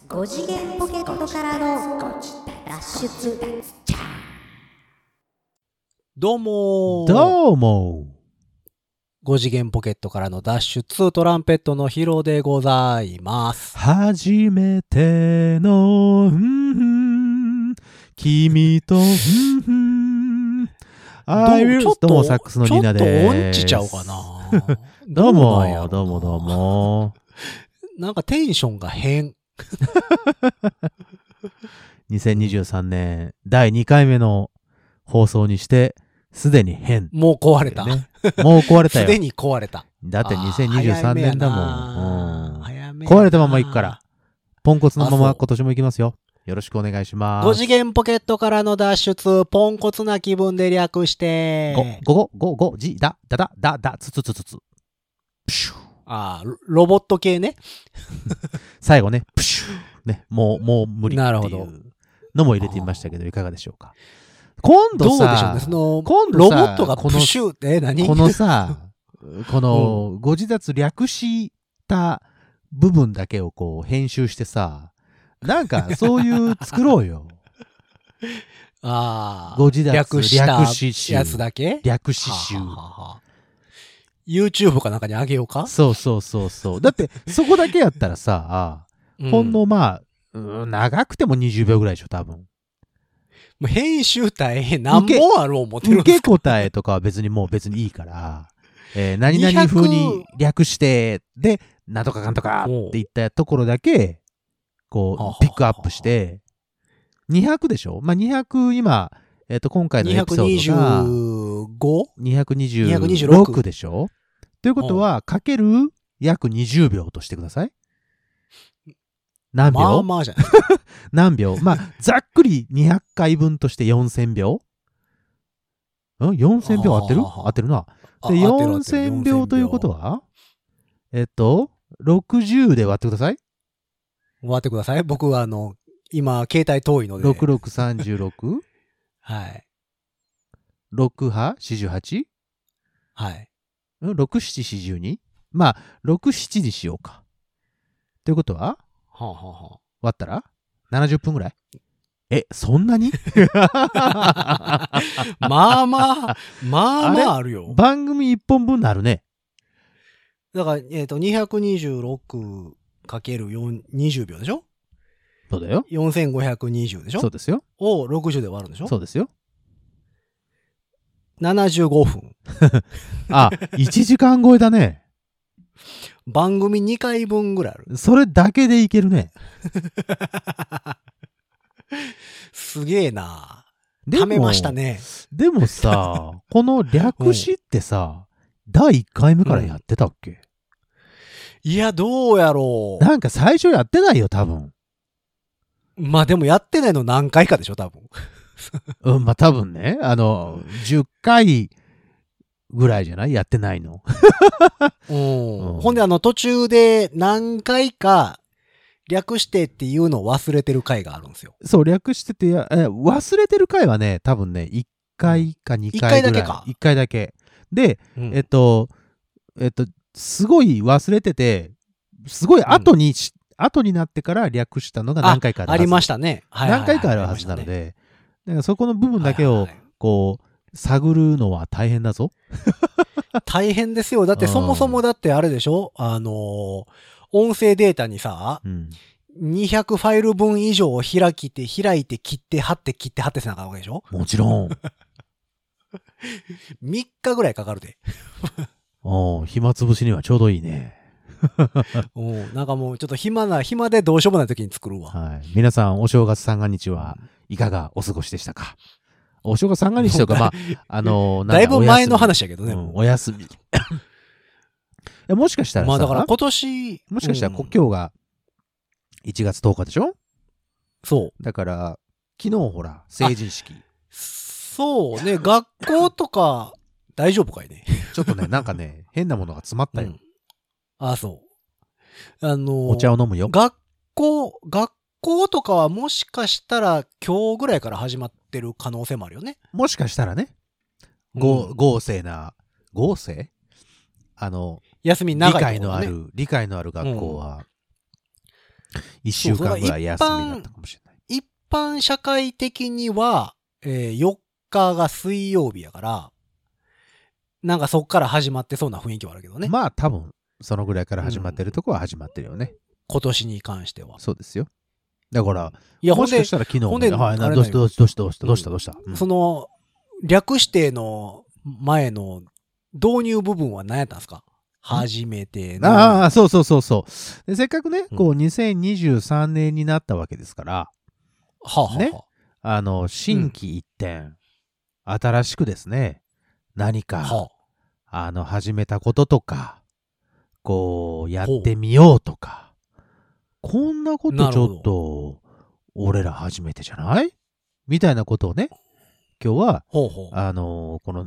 5次元ポケットからの脱出。 どうもー。 どうも。 5次元ポケットからの脱出、トランペットのヒロでございます。 初めての、君と、 ちょっとどうもサックスのニーナです。 ちょっと音痴ちゃうかな。 どうなんやろなも、どうもどうも。 なんかテンションが変。 2023年第2回目の放送にして、すでに変。 もう壊れた。 ね、もう壊れたよ。 すでに壊れた。 だって2023年だもん。 早め壊れたまま行くから。ポンコツのまあそうま今年も行きますよ。よろしくお願いします。 5次元ポケットからの脱出、ポンコツな気分で略して。 5じだつつプシュロボット系ね。 最後ねプシュねもう無理ってなるほどいうのも入れてみましたけどいかがでしょうか。今度どうでしょうさね。その、 今度さロボットがプシュって何このさこのご自立略した部分だけをこう編集してさなんかそういう作ろうよ。ご自立略した略し集やつだけ略し集。 はははは YouTube かなんかにあげようか。 そうだってそこだけやったらさ、ほんのまあ、長くても20秒ぐらいでしょ多分。 もう編集大変何本ある思ってるんですか。 受け答えとかは別にいいから、何々風に略してでなんとかかんとかって言ったところだけこうピックアップして200でしょ。まあ200今今回のエピソードが 226でしょ。ということはかける約20秒としてください。何秒？ まあまあじゃないですか。 何秒？まあざっくり200回分として4000秒。4000秒合ってる？合ってるな。で4000秒ということは60で割ってください。 割ってください。僕は今携帯遠いので。 6636？ はい。 6波 48？ はい。 6、7、42？ まあ、6、7にしようか。ということは割ったら70分ぐらい？そんなにまあまああるよ。 番組1本分なるね。 だから、226かける20秒でしょ。 そうだよ。 4520でしょ。 そうですよ。 を60で割るんでしょ。 そうですよ。 75分。 1時間超えだね。 番組2回分ぐらいある。 それだけでいけるね。 すげえな。 でも貯めましたね。 でもさ、この略しってさ、第1回目からやってたっけ？ いや、どうやろう。 なんか最初やってないよ、多分。 まあでもやってないの何回かでしょ、多分。 まあ多分ね、10回ぐらいじゃないやってないの。 ほんで途中で何回か略してっていうのを忘れてる回があるんですよ。 そう、略してて、忘れてる回はね、多分ね、1回か2回ぐらい。 1回だけか。 1回だけ。で、すごい忘れてて、すごい後になってから略したのが何回かあるはず。 ありましたね。 何回かあるはずなので、だからそこの部分だけを、こう、探るのは大変だぞ。 大変ですよ。だってそもそもだってあれでしょ？音声データにさ、200ファイル分以上を開いて切って貼ってせなあかんわけでしょ？ もちろん。 3日ぐらいかかるで。 暇つぶしにはちょうどいいね。 なんかもうちょっと暇でどうしようもない時に作るわ。 はい。皆さん、お正月三が日はいかがお過ごしでしたか？お正月三が日とか、まあ、 だいぶ前の話やけどね。 お休み。もしかしたらさ、 まあだから今年、 もしかしたら今日が1月10日でしょ？ そう。 だから、昨日ほら、成人式。 そうね、学校とか大丈夫かいね。 ちょっとね、なんかね、変なものが詰まったよ。 そう。 お茶を飲むよ。 学校とかはもしかしたら今日ぐらいから始まってる可能性もあるよね。 もしかしたらね、豪勢休み長い、 理解のある学校は、 1週間ぐらい休みだったかもしれない。 一般社会的には、4日が水曜日やから、なんかそっから始まってそうな雰囲気はあるけどね。 まあ多分、そのぐらいから始まってるとこは始まってるよね。 今年に関しては。 そうですよ。だから、 いや、 もしかしたら昨日もね、はい、どうした、 その、略指定の前の導入部分は何やったんですか？初めての。 ああ、そうで。せっかくね、こう、2023年になったわけですから、ね、新規一点、新しくですね、何か、始めたこととか、こう、やってみようとか、こんなことちょっと、俺ら初めてじゃないみたいなことをね、今日は、この、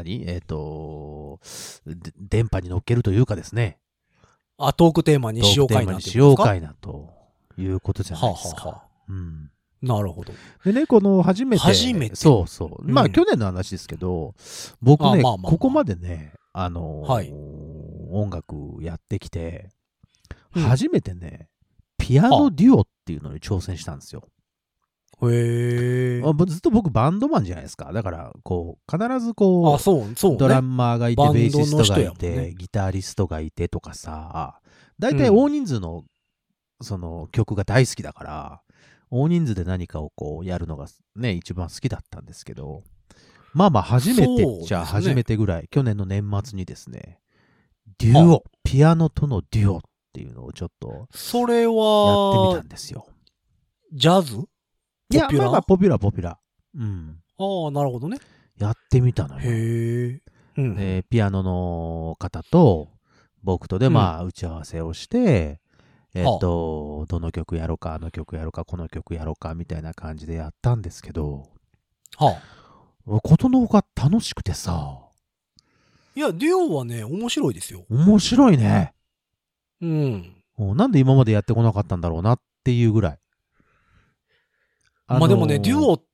電波に乗っけるというかですね。 トークテーマにしようかいなっていうことですか？ しようかいなということじゃないですか。 なるほど。 でね、この初めて。そう。まあ、去年の話ですけど、僕ね、ここまでね、音楽やってきて、初めてね、ピアノデュオっていうのに挑戦したんですよ。 へー。 ずっと僕バンドマンじゃないですか。だから、こう、必ずこう、ドラマーがいて、ベーシストがいて、ギタリストがいてとかさ、大体大人数の、その曲が大好きだから、大人数で何かをこうやるのがね、一番好きだったんですけど、まあ初めてじゃあ初めてぐらい、去年の年末にですね、デュオ、ピアノとのデュオっていうのをちょっと、 それは、 やってみたんですよ。 ジャズ？ いや、まあポピュラー。うん。 ああ、なるほどね。 やってみたのよ。 へえ。ピアノの方と、僕とで打ち合わせをして、どの曲やろうか、あの曲やろうか、この曲やろうか、みたいな感じでやったんですけど、ことのほか楽しくてさ。 いや、デュオはね、面白いですよ。 面白いね。 なんで今までやってこなかったんだろうなっていうぐらい。 まあでもね、デュオって、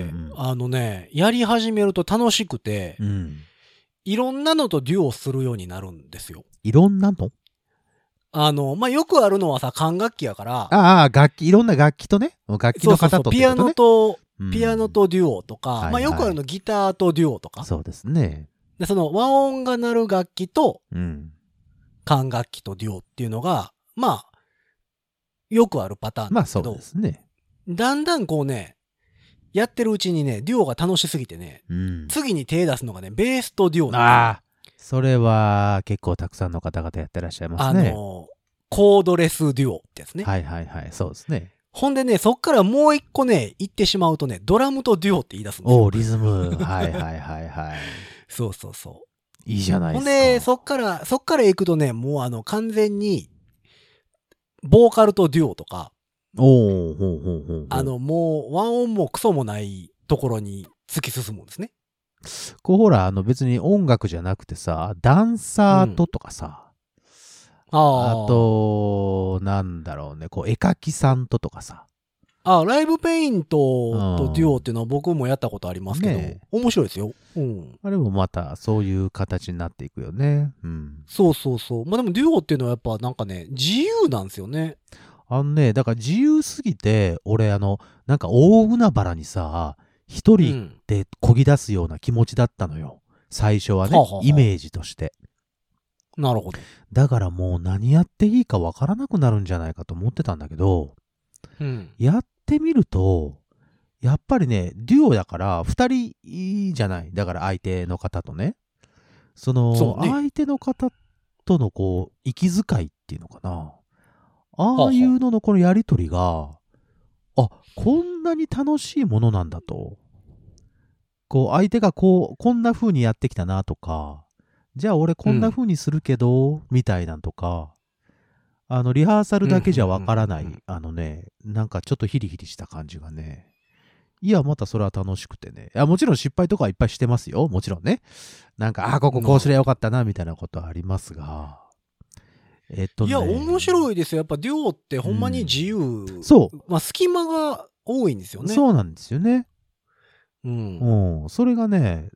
やり始めると楽しくて、いろんなのとデュオするようになるんですよ。 いろんなの？ まあ、よくあるのはさ、管楽器やから。 いろんな楽器とね。楽器の方とってことね。 ピアノとデュオとか、まあよくあるのギターとデュオとか。 そうですね。 で、その和音が鳴る楽器と、管楽器とデュオっていうのが、まあ、よくあるパターンですけど。 まあそうですね。 だんだんこうね、やってるうちにね、デュオが楽しすぎてね、次に手出すのがね、ベースとデュオなんですよ。 それは結構たくさんの方々やってらっしゃいますね。 コードレスデュオってやつね。 はい。そうですね。 ほんでね、そっからもう一個ね、行ってしまうとね、ドラムとデュオって言い出すんですよ。 リズム。はい。 そう。 いいじゃないですか。 ほんで、そっから行くとね、もう完全に、ボーカルとデュオとか、もう、和音もクソもないところに突き進むんですね。 こうほら、別に音楽じゃなくてさ、ダンサーとかさ、あと、なんだろうね、こう、絵描きさんとかさ。 ライブペイントとデュオっていうのは僕もやったことありますけど、面白いですよ。 あれもまた、そういう形になっていくよね。 そう。まあでもデュオっていうのはやっぱなんかね、自由なんですよね。 だから自由すぎて、俺なんか大海原にさ、一人で漕ぎ出すような気持ちだったのよ。最初はね、イメージとして。 なるほど。 だからもう何やっていいかわからなくなるんじゃないかと思ってたんだけど、やってみると、やっぱりね、デュオだから二人じゃない。だから相手の方とね。相手の方とのこう、息遣いっていうのかな。ああいうののこのやりとりが、こんなに楽しいものなんだと。こう、相手がこんな風にやってきたなとか、じゃあ俺こんな風にするけど、みたいなんとか、リハーサルだけじゃわからない、なんかちょっとヒリヒリした感じがね。いや、またそれは楽しくてね。もちろん失敗とかはいっぱいしてますよ。もちろんね。なんか、ここすりゃよかったな、みたいなことはありますが。 いや、面白いですよ。やっぱデュオってほんまに自由。 そう。 まあ、隙間が多いんですよね。 そうなんですよね。それがね、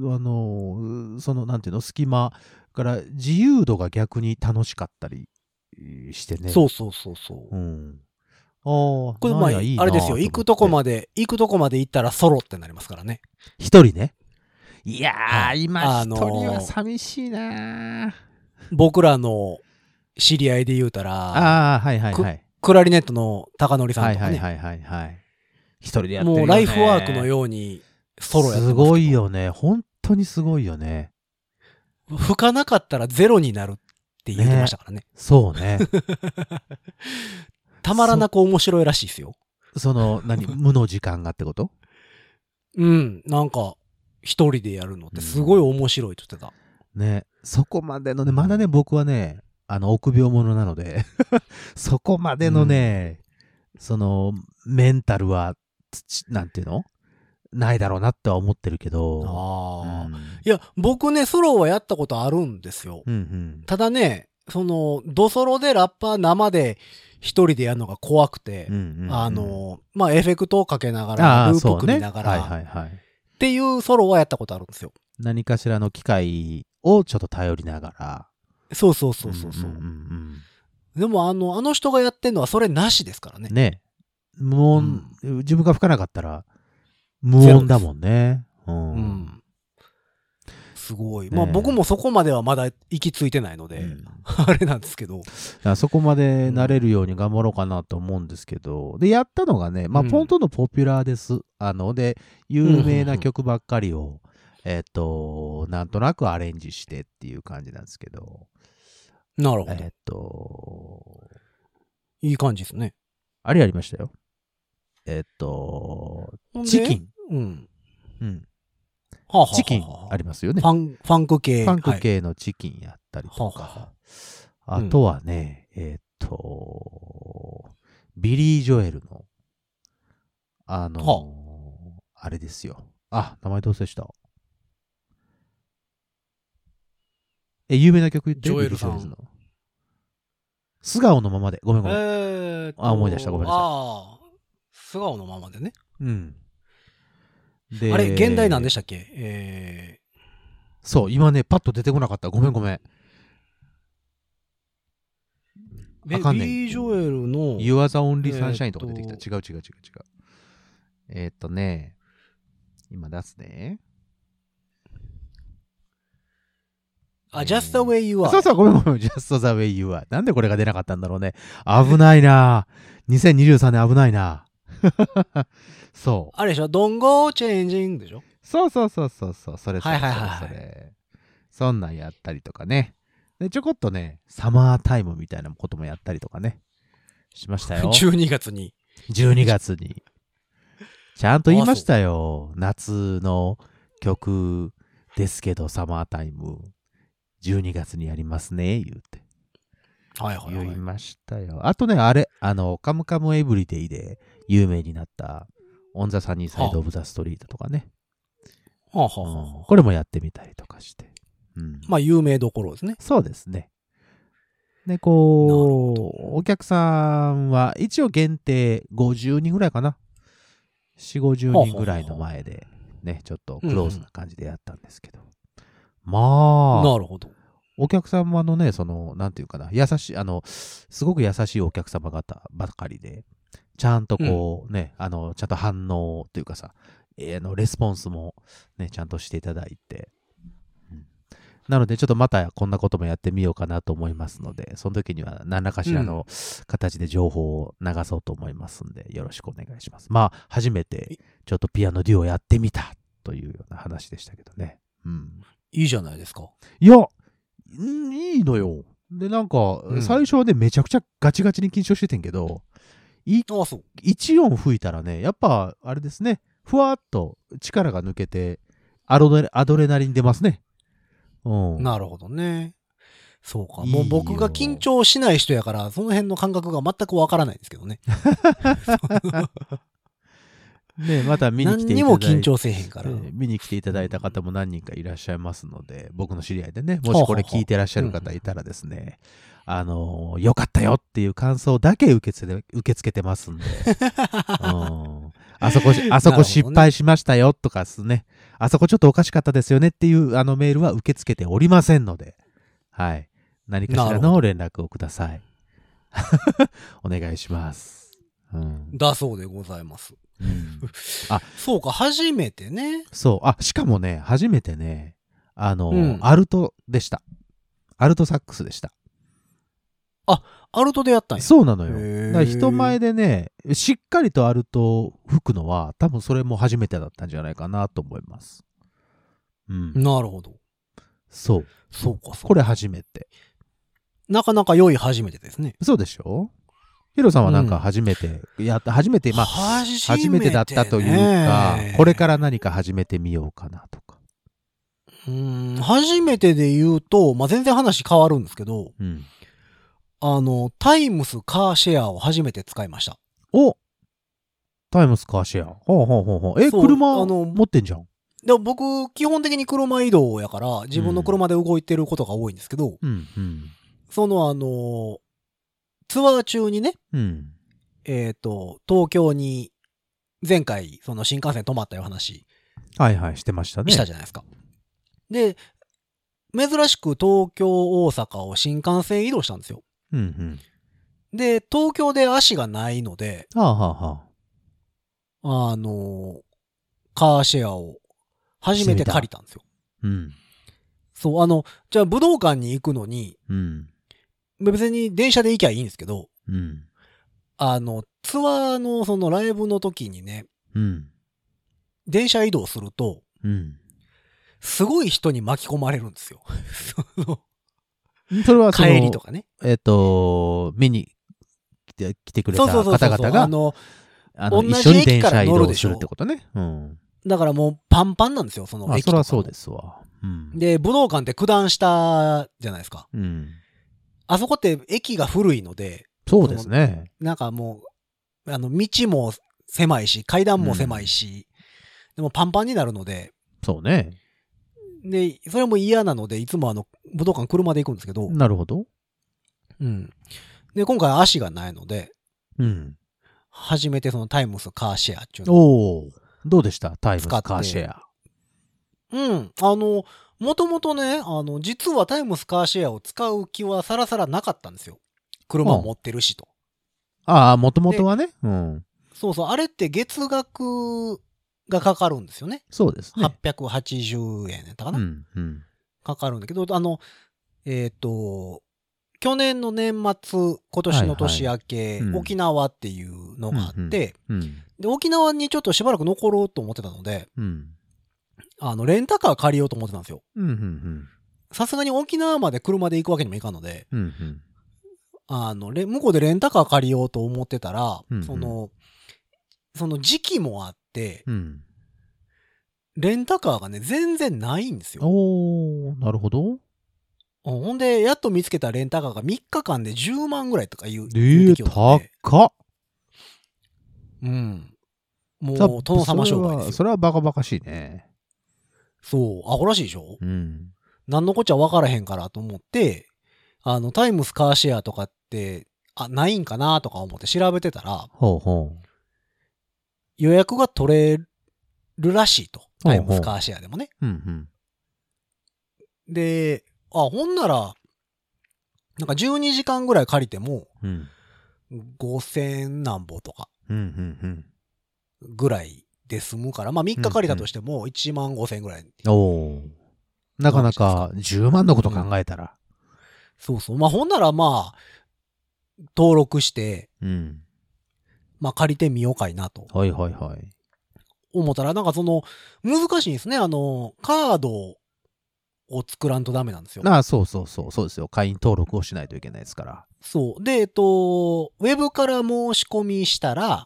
なんていうの、隙間から自由度が逆に楽しかったりしてね。 そうそうそうそう。 うん。これまあ、 いいあれですよ。行くとこまで行ったらソロってなりますからね。 一人ね。いやー、 はい、 今一人は寂しいな僕らの知り合いで言うたら、 はいはいはい。 クラリネットの高則さんとかね。 はいはいはいはい。一人でやってるよね。 もうライフワークのようにソロやってますけど。 すごいよね。本当にすごいよね。 吹かなかったらゼロになるって言ってましたからね。 そうね。 たまらなく面白いらしいですよ。 無の時間がってこと？ うん。なんか、一人でやるのってすごい面白いと言ってた。 ね。そこまでのね、まだね、僕はね、臆病者なので、そこまでのね、メンタルは、なんていうの？ないだろうなっては思ってるけど。 いや、僕ね、ソロはやったことあるんですよ。ただね、ドソロでラッパー生で一人でやるのが怖くて、まあ、エフェクトをかけながら、ループ組みながら、っていうソロはやったことあるんですよ。 何かしらの機械をちょっと頼りながら。 そうそうそうそう。でもあの人がやってんのはそれなしですからね。 ね。無音、自分が吹かなかったら、無音だもんね。 すごい。まあ僕もそこまではまだ行き着いてないので、あれなんですけど。 そこまでなれるように頑張ろうかなと思うんですけど、で、やったのがね、まあ本当のポピュラーです。で、有名な曲ばっかりを、なんとなくアレンジしてっていう感じなんですけど。 なるほど。いい感じですね。 あれやりましたよ。チキン。チキンありますよね。 ファンク系。 ファンク系のチキンやったりとか。あとはね、ビリー・ジョエルの、あれですよ。名前どうせした。有名な曲言って。 ジョエルさん。 素顔のままで。ごめんごめん。思い出した。ごめんなさい。 素顔のままでね。 で、 あれ、現代なんでしたっけ？ そう、今ね、パッと出てこなかった。ごめんごめん。 ビリー・ジョエルの You are the only sunshine とか出てきた。違う。今出すね。 Just the way you are。 そうそう、ごめん。Just the way you are。なんでこれが出なかったんだろうね。危ないな。2023年危ないな。そう。 あれでしょ？ Don't go changing でしょ？ そう。それ。そんなんやったりとかね。で、ちょこっとね、サマータイムみたいなこともやったりとかね。しましたよ。 12月に。 ちゃんと言いましたよ。夏の曲ですけど、サマータイム。12月にやりますね、言うて。言いましたよ。あとね、カムカムエブリデイで有名になった、オンザサニーサイドオブザストリートとかね。これもやってみたりとかして。 まあ、有名どころですね。 そうですね。で、お客さんは一応限定50人ぐらいかな。4、50人ぐらいの前でね、ちょっとクローズな感じでやったんですけど。まあ、 なるほど。 お客様のね、なんていうかな、すごく優しいお客様方ばかりで、ちゃんとちゃんと反応というかさ、レスポンスもね、ちゃんとしていただいて、なので、ちょっとまたこんなこともやってみようかなと思いますので、その時には何らかしらの形で情報を流そうと思いますんで、よろしくお願いします。まあ、初めてちょっとピアノデュオやってみたというような話でしたけどね。 いいじゃないですか。 いや、いいのよ。で、なんか、最初はね、めちゃくちゃガチガチに緊張しててんけど、1音吹いたらね、やっぱ、あれですね、ふわっと力が抜けて、アドレナリン出ますね。 なるほどね。そうか。もう僕が緊張しない人やから、その辺の感覚が全くわからないんですけどね。 ね、また見に来ていただいて。 何にも緊張せえへんから。 見に来ていただいた方も何人かいらっしゃいますので、僕の知り合いでね、もしこれ聞いてらっしゃる方いたらですね、よかったよっていう感想だけ受け付けてますんで。あそこ失敗しましたよとかですね。あそこちょっとおかしかったですよねっていうメールは受け付けておりませんので、はい。何かしらの連絡をください。 お願いします。うん。 だそうでございます。 うん、 そうか、初めてね。 そう。しかもね、初めてね、アルトでした。アルトサックスでした。 アルトでやったんや。 そうなのよ。だから人前でね、しっかりとアルトを吹くのは、多分それも初めてだったんじゃないかなと思います。うん。 なるほど。 そう。 そうか、 これ初めて。 なかなか良い初めてですね。 そうでしょ？ヒロさんはなんか初めて、初めて、初めてだったというか、これから何か始めてみようかなとか。 初めてで言うと、全然話変わるんですけど、タイムスカーシェアを初めて使いました。 お！タイムスカーシェア。ほうほうほうほう。車持ってんじゃん。 でも僕、基本的に車移動やから、自分の車で動いてることが多いんですけど、そのツアー中にね、東京に、前回、その新幹線止まったよ話。 はいはい、してましたね。 したじゃないですか。で、珍しく東京、大阪を新幹線移動したんですよ。で、東京で足がないので、カーシェアを初めて借りたんですよ。そう、じゃあ武道館に行くのに、別に電車で行きゃいいんですけど、ツアーのそのライブの時にね、電車移動すると、すごい人に巻き込まれるんですよ。 それは帰りとかね。 見に来てくれた方々が、一緒に電車移動するってことね。 だからもうパンパンなんですよ、その駅とか。 そりゃそうですわ。 で、武道館って九段下じゃないですか。あそこって駅が古いので、 そうですね。 なんかもう、道も狭いし、階段も狭いし、でもパンパンになるので、 そうね。 で、それも嫌なので、いつも武道館車で行くんですけど。 なるほど。 で、今回足がないので、初めてそのタイムスカーシェアっていうのを。どうでしたタイムスカーシェア。 もともとね、実はタイムスカーシェアを使う気はさらさらなかったんですよ。車を持ってるしと。 もともとはね。 そうそう、あれって月額がかかるんですよね。 そうですね。 880円やったかな。かかるんだけど、去年の年末、今年の年明け、沖縄っていうのがあって、で、沖縄にちょっとしばらく残ろうと思ってたので、レンタカー借りようと思ってたんですよ。さすがに沖縄まで車で行くわけにもいかんので、向こうでレンタカー借りようと思ってたら、その時期もあって、レンタカーがね、全然ないんですよ。 なるほど。 ほんで、やっと見つけたレンタカーが3日間で10万ぐらいとか言う。 高っ。 もう、殿様商売ですよ。 それはバカバカしいね。 そう、アホらしいでしょ？何のこっちゃ分からへんからと思って、タイムスカーシェアとかって、ないんかなとか思って調べてたら、予約が取れるらしいと。タイムスカーシェアでもね。で、ほんなら、なんか12時間ぐらい借りても、5000何ぼとか、ぐらいで済むから、3日借りたとしても1万5000円ぐらい。 なかなか10万のこと考えたら。 そうそう。ほんなら登録して、借りてみようかいなと。思ったら、なんか難しいんですね。カードを作らんとダメなんですよ。 そうですよ。会員登録をしないといけないですから。 そう。で、ウェブから申し込みしたら、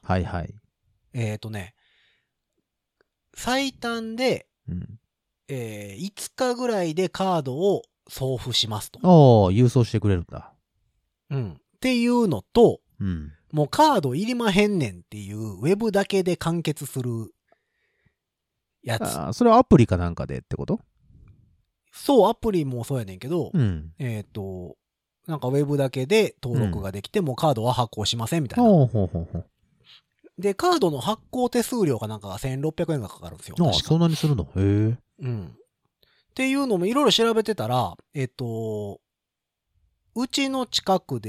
最短で、5日ぐらいでカードを送付しますと。 郵送してくれるんだ。 っていうのと、もうカードいりまへんねんっていう、ウェブだけで完結するやつ。 それはアプリかなんかでってこと？ そう、アプリもそうやねんけど、なんかウェブだけで登録ができて、もうカードは発行しませんみたいな。で、カードの発行手数料かなんかが1600円がかかるんですよ。 そんなにするの？へえ。 っていうのもいろいろ調べてたら、うちの近くで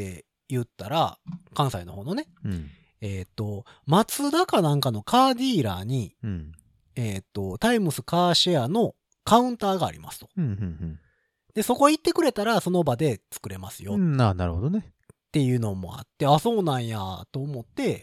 言ったら、関西の方のね、 うん。 松田かなんかのカーディーラーに、 うん。 タイムスカーシェアのカウンターがありますと。 うん。うん。 で、そこ行ってくれたらその場で作れますよっうん。なるほどね。 ていうのもあって、あ、そうなんやと思って、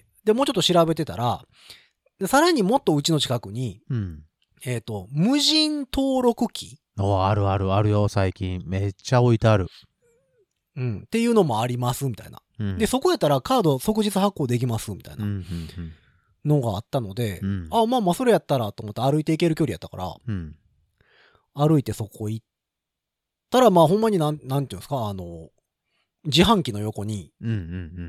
で、もうちょっと調べてたら、でさらにもっとうちの近くに、 うん。 無人登録機あるあるあるよ、最近。めっちゃ置いてある。 っていうのもありますみたいな。 うん。 で、そこやったらカード即日発行できますみたいうん。う。 なんのがあったので、 うん。 あ、まあまあそれやったらと思って歩いて行ける距離やったから、 うん。 歩いてそこ行ったら、まあほんまになんていうんですか、自販機の横に、 うん。うん。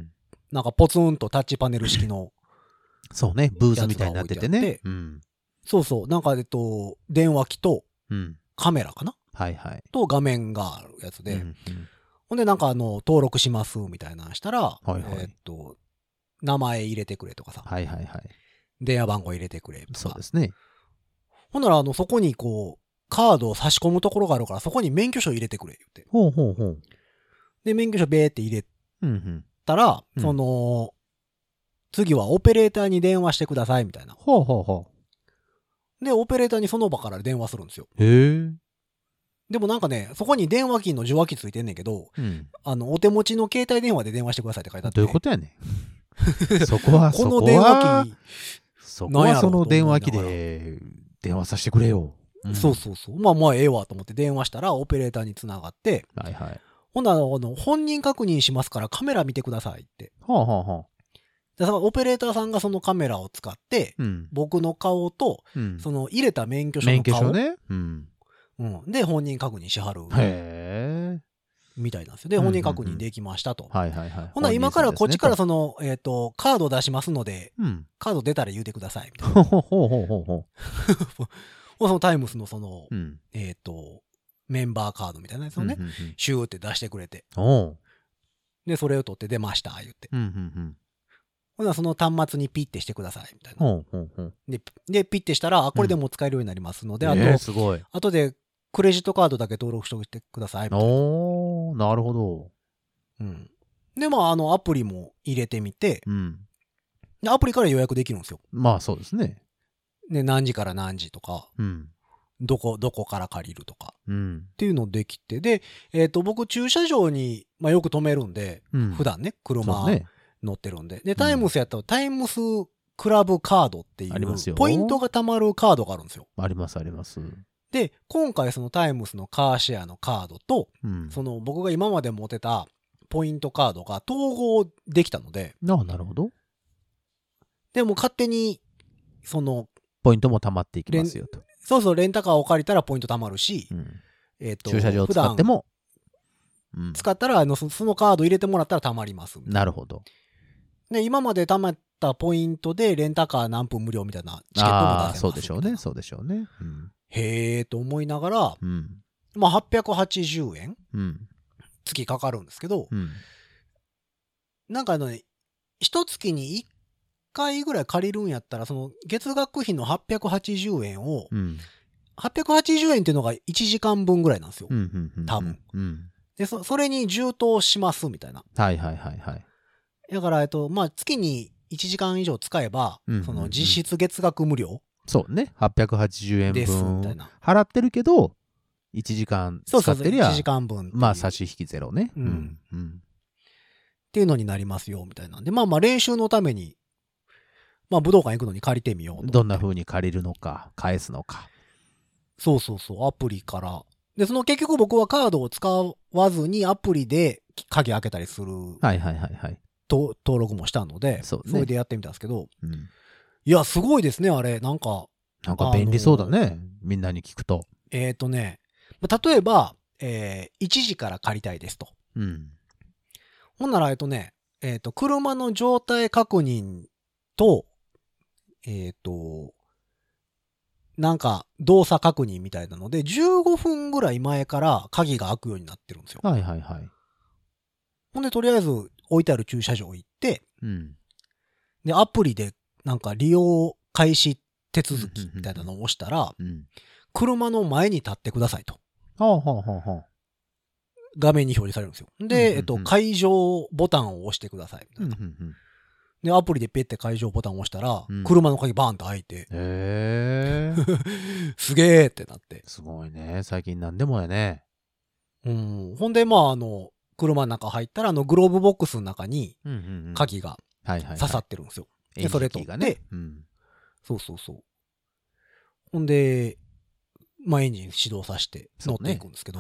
なんかポツンとタッチパネル式の、 そうね、ブースみたいになっててね。うん。 そうそう、なんか電話機とうん。 カメラかなはいはい。 と画面があるやつで、 うん。 ほんでなんか登録しますみたいなのしたら、 はいはい名前入れてくれとかさ、 はいはいはい。 電話番号入れてくれとか。 そうですね。 ほんならそこにこう、カードを差し込むところがあるから、そこに免許証入れてくれ言って。 ほうほうほう。 で、免許証ベーって入れうん。 たら、 うん次はオペレーターに電話してくださいみたいな。 ほうほうほで、オペレーターにその場から電話するんですよ。 う。へえ。 でもなんかね、そこに電話機の受話器ついてんねんけど、 うん。 お手持ちの携帯電話で電話してくださいって書いてあって。 どういうことやねん。そこは、 この電話機、 そこはその電話機で電話させてくれよ。 そうそうそう。まあまあええわと思って電話したらオペレーターにつながって、 はいはい。 ほんなら本人確認しますからカメラ見てくださいって。 はあはあはあ。 でそのオペレーターさんがそのカメラを使って、 うん。 僕の顔と、 うん。 その入れた免許証の免許顔証ね。うん。 で、本人確認しはる。 へえ。 みたいなんですよ。で、本人確認できましたと。 はいはいはい。 ほな、今からこっちからそその、カード出しますので、 うん。 カード出たら言うてください。みたいな。 ほうほうほうほうほそのタイムスのその、 う。うん。 メンバーカードみたいなやつをね、シューって出してくれて。 おう。 で、それを取って出ました、言って。ほな、その端末にピッてしてください、みたいな。 ほうほうほう。 で、ピッてしたら、あ、これでもう使えるようになりますので、 すごい。 あとで、クレジットカードだけ登録しておいてください、みたいな。 おー、なるほど。 うん。で、まあ、アプリも入れてみて、 うん。 でアプリから予約できるんですよ。 まあそうですね。 で、何時から何時とか、 うん。 どこから借りるとか、 うん。 っていうのできて、で、僕駐車場に、まあ、よく止めるんで、 うん。 普段ね、車ね。 乗ってるんで。で、タイムスやったら、タイムスクラブカードっていありますよう、ポイントが貯まるカードがあるんですよ。 ありますあります。 で、今回そのタイムスのカーシェアのカードと、 うん。 その僕が今まで持ってたポイントカードが統合できたので、 なるほど。 でも勝手に、その、 ポイントも貯まっていきますよと。 そうそう、レンタカーを借りたらポイント貯まるし、 駐車場を使っても、 使ったらそのカード入れてもらったら貯まります。 なるほど。 で、今まで貯まったポイントでレンタカー何分無料みたいなチケットも出せます。 そうでしょうね、そうでしょうね。 へーと思いながら、まあ880円、月かかるんですけど、なんか一月に1回ぐらい借りるんやったら、その月額費の880円を、880円っていうのが1時間分ぐらいなんですよ。多分。で、それに充当しますみたいな。 はいはいはいはい。 だから、まあ月に1時間以上使えば、その実質月額無料。 そうね。880円ですみ分たいな。 払ってるけど、1時間使ってりゃ、 1時間分。 まあ差し引きゼロね。 っていうのになりますよ、みたいなんで。まあまあ練習のために、まあ武道館行くのに借りてみようと。 どんな風に借りるのか、返すのか。 そうそうそう、アプリから。で、結局僕はカードを使わずにアプリで鍵開けたりする。 はいはいはいはい。 登録もしたので、それでやってみたんですけど、いや、すごいですね、あれ。なんか便利そうだね。みんなに聞くと。 例えば、1時から借りたいですと。ほんなら、車の状態確認と、なんか動作確認みたいなので、15分ぐらい前から鍵が開くようになってるんですよ。 はいはいはい。 ほんで、とりあえず置いてある駐車場行って、で、アプリでなんか利用開始手続きみたいなのを押したら、車の前に立ってくださいと。 画面に表示されるんですよ。で、解除ボタンを押してください。みたいな。で、アプリでペッて解除ボタンを押したら、車の鍵バーンと開いて。すげーってなって。 すごいね。最近何でもやね。 ほんで、車の中入ったら、グローブボックスの中に、鍵が刺さってるんですよ。で、それ取って、そう。ほんで、エンジン始動させて乗っていくんですけど。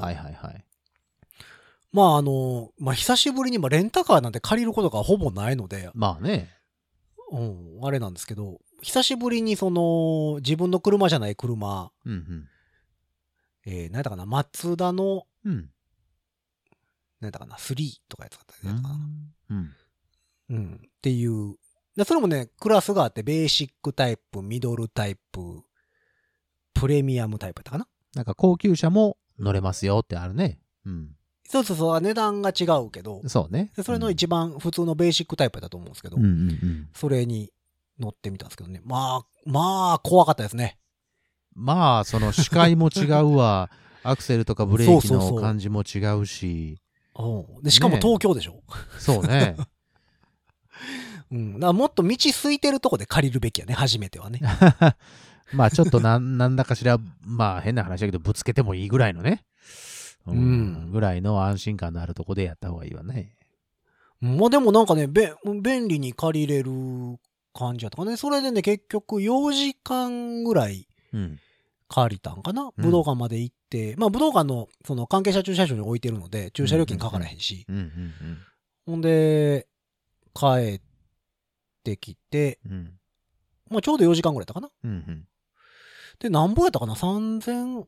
久しぶりにレンタカーなんて借りることがほぼないので。 まあね。 あれなんですけど、久しぶりに自分の車じゃない車、何やったかな、マツダの、何やったかな、3とかやつだったやつかな。っていう。それもね、クラスがあって、ベーシックタイプ、ミドルタイプ、プレミアムタイプやったかな。 なんか高級車も乗れますよってあるね。 そう、値段が違うけど。 そうね。 それの一番普通のベーシックタイプだと思うんですけど、それに乗ってみたんですけどね。怖かったですね。 その視界も違うわ。アクセルとかブレーキの感じも違うし。 で、しかも東京でしょ。 そうね。 だからもっと道空いてるとこで借りるべきやね、初めてはね。 ちょっとなんだかしら、変な話だけど、ぶつけてもいいぐらいのね。ぐらいの安心感のあるとこでやった方がいいわね。 でもなんかね、便利に借りれる感じやったかね。それでね、結局4時間ぐらい借りたんかな。武道館まで行って、武道館のその関係者駐車場に置いてるので、駐車料金かからへんし。ほんで、帰ってきて、ちょうど4時間ぐらいやったかな。で、なんぼやったかな ?3700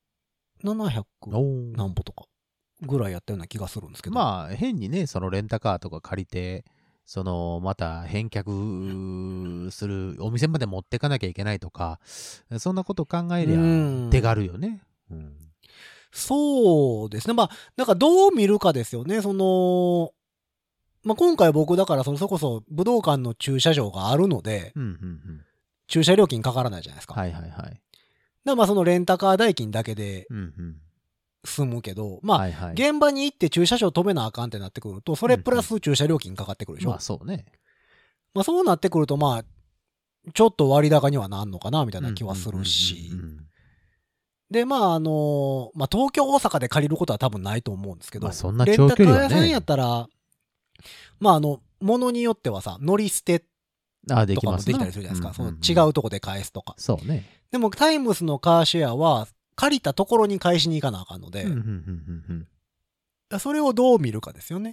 なんぼとかぐらいやったような気がするんですけど。 変にね、そのレンタカーとか借りて、また返却するお店まで持ってかなきゃいけないとか、そんなこと考えりゃ手軽よね。 そうですね。なんかどう見るかですよね。今回僕だからそれこそ武道館の駐車場があるので、駐車料金かからないじゃないですか。そのレンタカー代金だけで済むけど、現場に行って駐車場止めなあかんってなってくると、それプラス駐車料金かかってくるでしょ。 そうね。 そうなってくると、ちょっと割高にはなんのかな、みたいな気はするし。で、東京、大阪で借りることは多分ないと思うんですけど、 そんな長距離はね。 レンタカー屋さんやったら、ものによってはさ、乗り捨てとかもできたりするじゃないですか。違うとこで返すとか。 そうね。 でも、タイムスのカーシェアは、借りたところに返しに行かなあかんので、それをどう見るかですよね。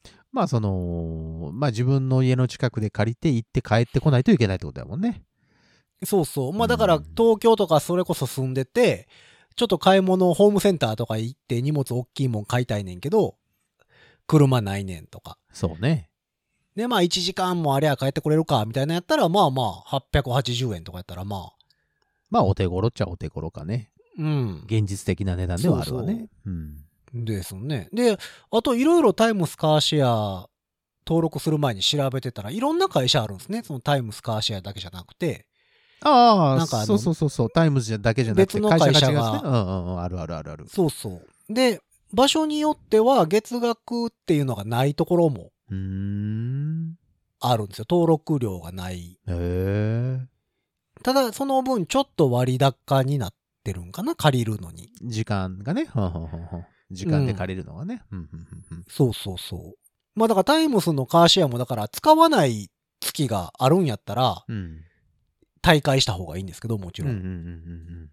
自分の家の近くで借りて行って帰ってこないといけないってことだもんね。 そうそう。だから東京とかそれこそ住んでて、ちょっと買い物、ホームセンターとか行って荷物大きいもん買いたいねんけど、車ないねんとか。 そうね。 で、1時間もあれや帰ってこれるか、みたいなやったら、880円とかやったらお手頃っちゃお手頃かね。現実的な値段ではあるわね。 ですね。で、あといろいろタイムスカーシェア登録する前に調べてたらいろんな会社あるんですね。そのタイムスカーシェアだけじゃなくて。 そう。タイムズだけじゃなくて別の会社が。ある。 そう。で、場所によっては月額っていうのがないところもあるんですよ。登録料がない。ただ、その分ちょっと割高になってるんかな、借りるのに。 時間がね。時間で借りるのがね。 そう。だからタイムスのカーシェアもだから使わない月があるんやったら、退会した方がいいんですけど、もちろん。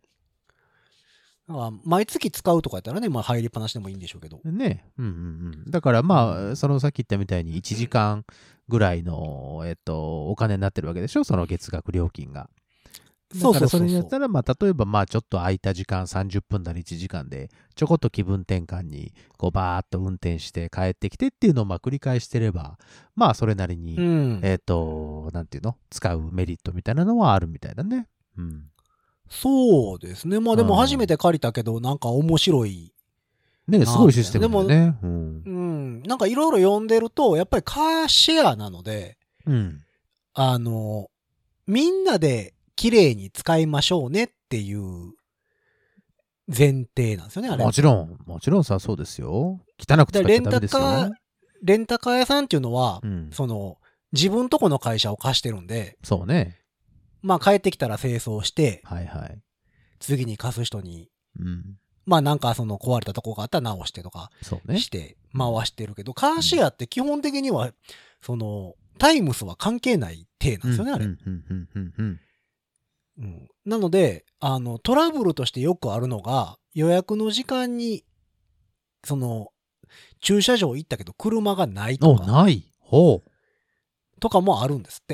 毎月使うとかやったらね、入りっぱなしでもいいんでしょうけど。 ね。だからそのさっき言ったみたいに1時間ぐらいの、お金になってるわけでしょ、その月額料金が。だからそれにやったら、例えばちょっと空いた時間30分なり1時間で、ちょこっと気分転換に、バーっと運転して帰ってきてっていうのを繰り返してれば、それなりに、なんていうの、使うメリットみたいなのはあるみたいだね。 そうですね。でも初めて借りたけど、なんか面白い。 ね、すごいシステムだよね。 なんかいろいろ読んでると、やっぱりカーシェアなので、みんなで綺麗に使いましょうねっていう前提なんですよね、あれ。 もちろんさ、そうですよ。汚く使っちゃダメですよ。 レンタカー屋さんっていうのは、 うん、 自分とこの会社を貸してるんで、 そうね。 まあ帰ってきたら清掃して、 はいはい。 次に貸す人に、 うん、 まあなんか壊れたとこがあったら直してとかして回してるけど、カーシェアって基本的には、タイムスは関係ない体なんですよね、あれ。なので、トラブルとしてよくあるのが、予約の時間に、駐車場行ったけど車がないとか。 ない。ほう。 とかもあるんですって。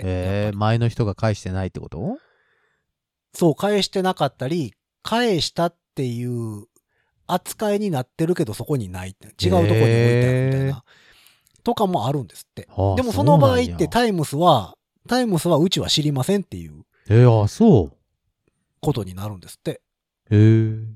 前の人が返してないってこと？ そう、返してなかったり、返したっていう扱いになってるけどそこにないって。違うとこに置いてあるみたいな。とかもあるんですって。でもその場合ってタイムスはうちは知りませんっていう。 そう。 ことになるんですって。 うん。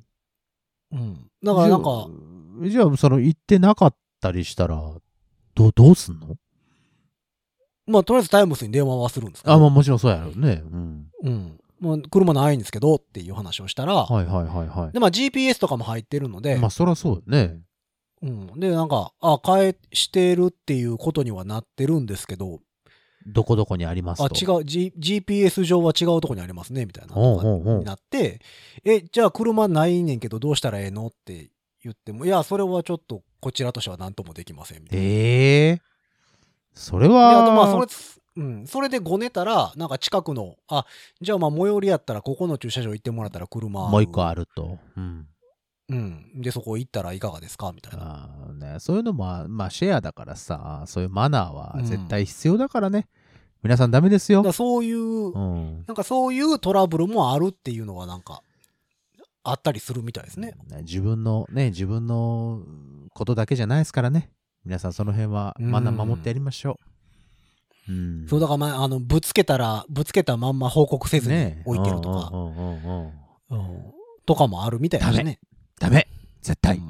だからなんか。 じゃあ、行ってなかったりしたら、どうすんの？ まあ、とりあえずタイムスに電話はするんですけど。 あ、まあもちろんそうやろうね。 もう車ないんですけどっていう話をしたら。 はい。 で、まあ GPS とかも入ってるので。 まあそりゃそうよね。 で、なんか、返してるっていうことにはなってるんですけど。 どこどこにありますと。 違う、GPS 上は違うとこにありますね、みたいなになって、じゃあ車ないねんけどどうしたらええのって言っても、いや、それはちょっとこちらとしては何ともできません、みたいな。 それは。 あとまあ、それでごねたら、なんか近くの、じゃあまあ最寄りやったらここの駐車場行ってもらったら車もう一個あると。 で、そこ行ったらいかがですかみたいな。 そういうのも、まあシェアだからさ、そういうマナーは絶対必要だからね。皆さんダメですよ。 そういう、なんかそういうトラブルもあるっていうのはなんか、あったりするみたいですね。 自分のことだけじゃないですからね。皆さんその辺はマナー守ってやりましょう。 そう、だからまあ、ぶつけたまんま報告せずに置いてるとか、とかもあるみたいですね。 ダメ絶対。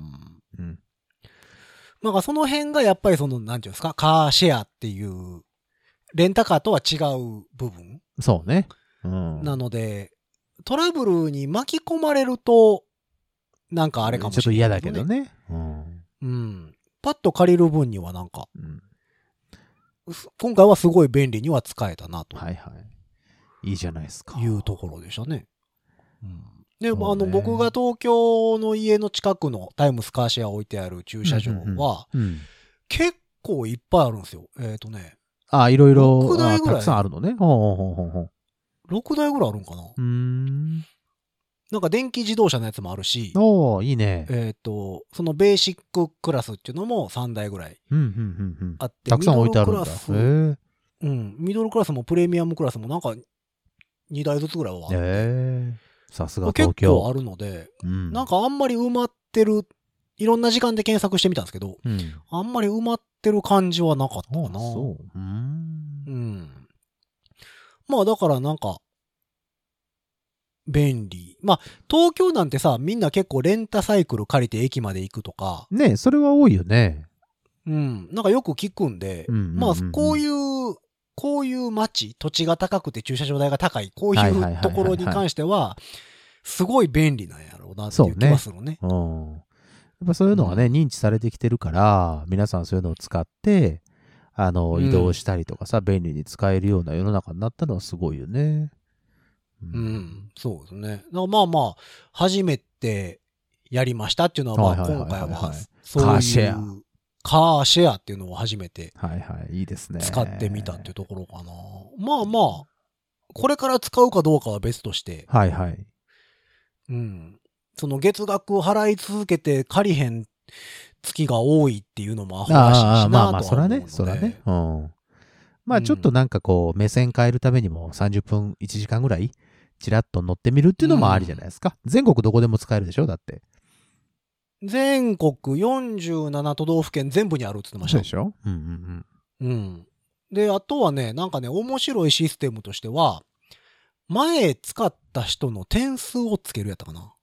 なんかその辺がやっぱりなんていうんですか、カーシェアっていう、レンタカーとは違う部分。 そうね。 なので、トラブルに巻き込まれると、なんかあれかもしれない、 ちょっと嫌だけどね。 パッと借りる分にはなんか、今回はすごい便利には使えたなと。 はいはい。いいじゃないですか。 いうところでしたね。で、僕が東京の家の近くのタイムスカーシェア置いてある駐車場は、結構いっぱいあるんですよ。 いろいろ、 6台ぐらい。 たくさんあるのね。 6台ぐらいあるんかな。なんか電気自動車のやつもあるし、 いいね。 そのベーシッククラスっていうのも3台ぐらいあって、 たくさん置いてあるんだ。 ミドルクラスもプレミアムクラスもなんか2台ずつぐらいはあって。 さすが東京。 結構あるので、なんかあんまり埋まってる、いろんな時間で検索してみたんですけど、あんまり埋まってる感じはなかったかな。まあだからなんか、便利。まあ、東京なんてさ、みんな結構レンタサイクル借りて駅まで行くとか。 ね、それは多いよね。 なんかよく聞くんで、まあ、こういう街、土地が高くて駐車場代が高い、こういうところに関しては、すごい便利なんやろうなっていう気がするね。 やっぱそういうのがね、認知されてきてるから、皆さんそういうのを使って、移動したりとかさ、便利に使えるような世の中になったのはすごいよね。 そうですね。まあまあ、初めてやりましたっていうのは、まあ今回は、そういうカーシェアっていうのを初めて、 いいですね。 使ってみたっていうところかな。まあまあ、これから使うかどうかは別として、その月額を払い続けて借りへん月が多いっていうのもアホらしいしなとは思うので。 まあ、そらね。まあちょっとなんかこう、目線変えるためにも30分、1時間ぐらい、チラッと乗ってみるっていうのもありじゃないですか。全国どこでも使えるでしょだって。 全国47都道府県全部にあるって言ってましたよ。 でしょで、あとはね、なんかね、面白いシステムとしては、前使った人の点数をつけるやったかな。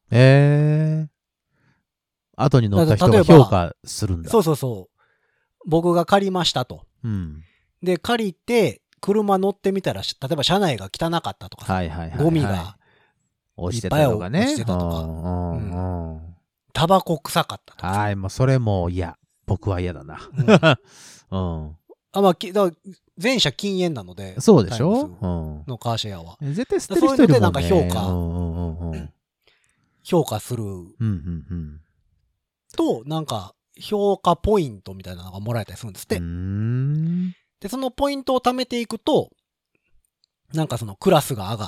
後に乗った人が評価するんだ。 そう。僕が借りましたと。で、借りて、車乗ってみたら、例えば車内が汚かったとか、ゴミが落ちてたとかね。 落ちてたとか。タバコ臭かったとか。 はい、もうそれも嫌。僕は嫌だな。 まあ、前者禁煙なので。 そうでしょのカーシェアは。 絶対捨てる人いるもんね。 そういうのでなんか評価する。と、なんか、評価ポイントみたいなのがもらえたりするんですって。で、そのポイントを貯めていくと、なんかそのクラスが上がって、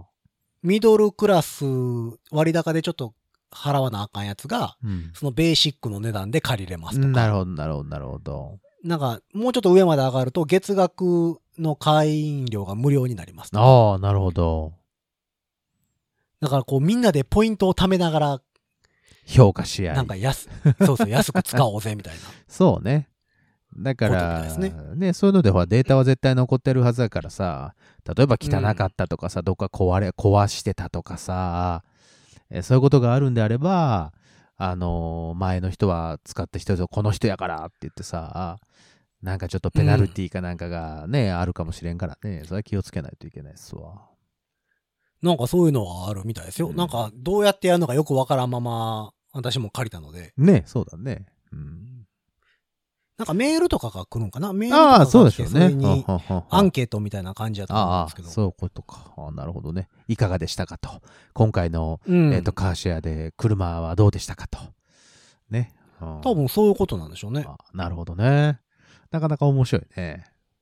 ミドルクラス割高でちょっと払わなあかんやつが、そのベーシックの値段で借りれますとか。 なるほど、なるほど、なるほど。 なんか、もうちょっと上まで上がると、月額の会員料が無料になりますとか。 ああ、なるほど。 だからこうみんなでポイントを貯めながら、 評価し合い。 なんか安く使おうぜみたいな。 そうね。だから、ね、そういうのでデータは絶対残ってるはずだからさ、例えば汚かったとかさ、どっか壊してたとかさ、そういうことがあるんであれば、前の人は使った人とこの人やからって言ってさ、なんかちょっとペナルティーかなんかがね、あるかもしれんからね、それは気をつけないといけないですわ。 なんかそういうのはあるみたいですよ。なんかどうやってやるのかよくわからんまま、私も借りたので。 ね、そうだね。 なんかメールとかが来るんかな、メールとかが来て、 そうでしょうね。 それにアンケートみたいな感じだと思うんですけど。 そういうことか。なるほどね。いかがでしたかと。今回の、カーシェアで車はどうでしたかと。ね。 多分そういうことなんでしょうね。 なるほどね。なかなか面白いね。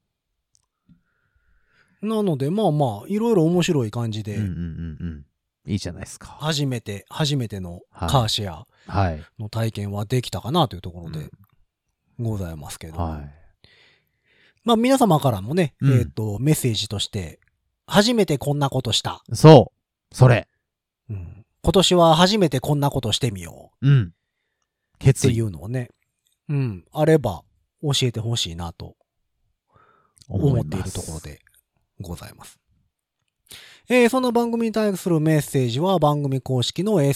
なので、まあまあ、いろいろ面白い感じで。 いいじゃないですか。 初めてのカーシェアの体験はできたかなというところでございますけど。まあ皆様からもね、メッセージとして、初めてこんなことした。 そう。それ。 今年は初めてこんなことしてみよう。っていうのをね、あれば教えてほしいなと思っているところでございます。その番組に対するメッセージは番組公式の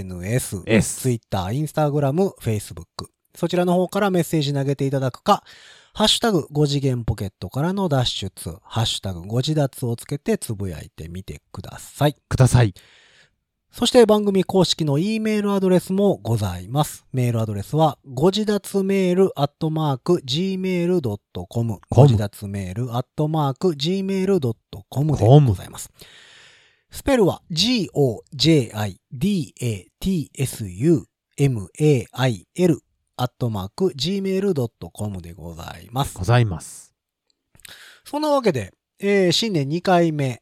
SNS、Twitter、Instagram、Facebook。そちらの方からメッセージ投げていただくか、ハッシュタグ5次元ポケットからの脱出、ハッシュタグ5次脱をつけてつぶやいてみてください。そして番組公式の E メールアドレスもございます。メールアドレスは、ご自立メール@gmail.com。ご自立メール@gmail.com でございます。スペルは、GOJIDATSUMAIL @gmail.com でございます。そんなわけで、新年2回目。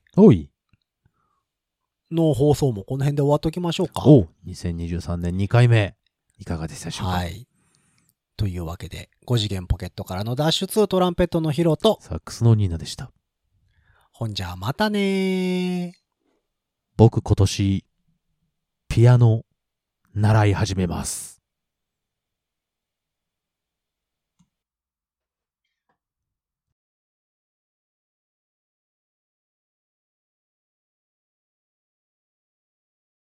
の放送もこの辺で終わっておきましょうか。 2023年2回目。いかがでしたでしょうか。 というわけで、5次元ポケットからの脱出、トランペットのヒロと、 サックスのニーナでした。 ほんじゃまたねー。 僕今年、ピアノ、習い始めます。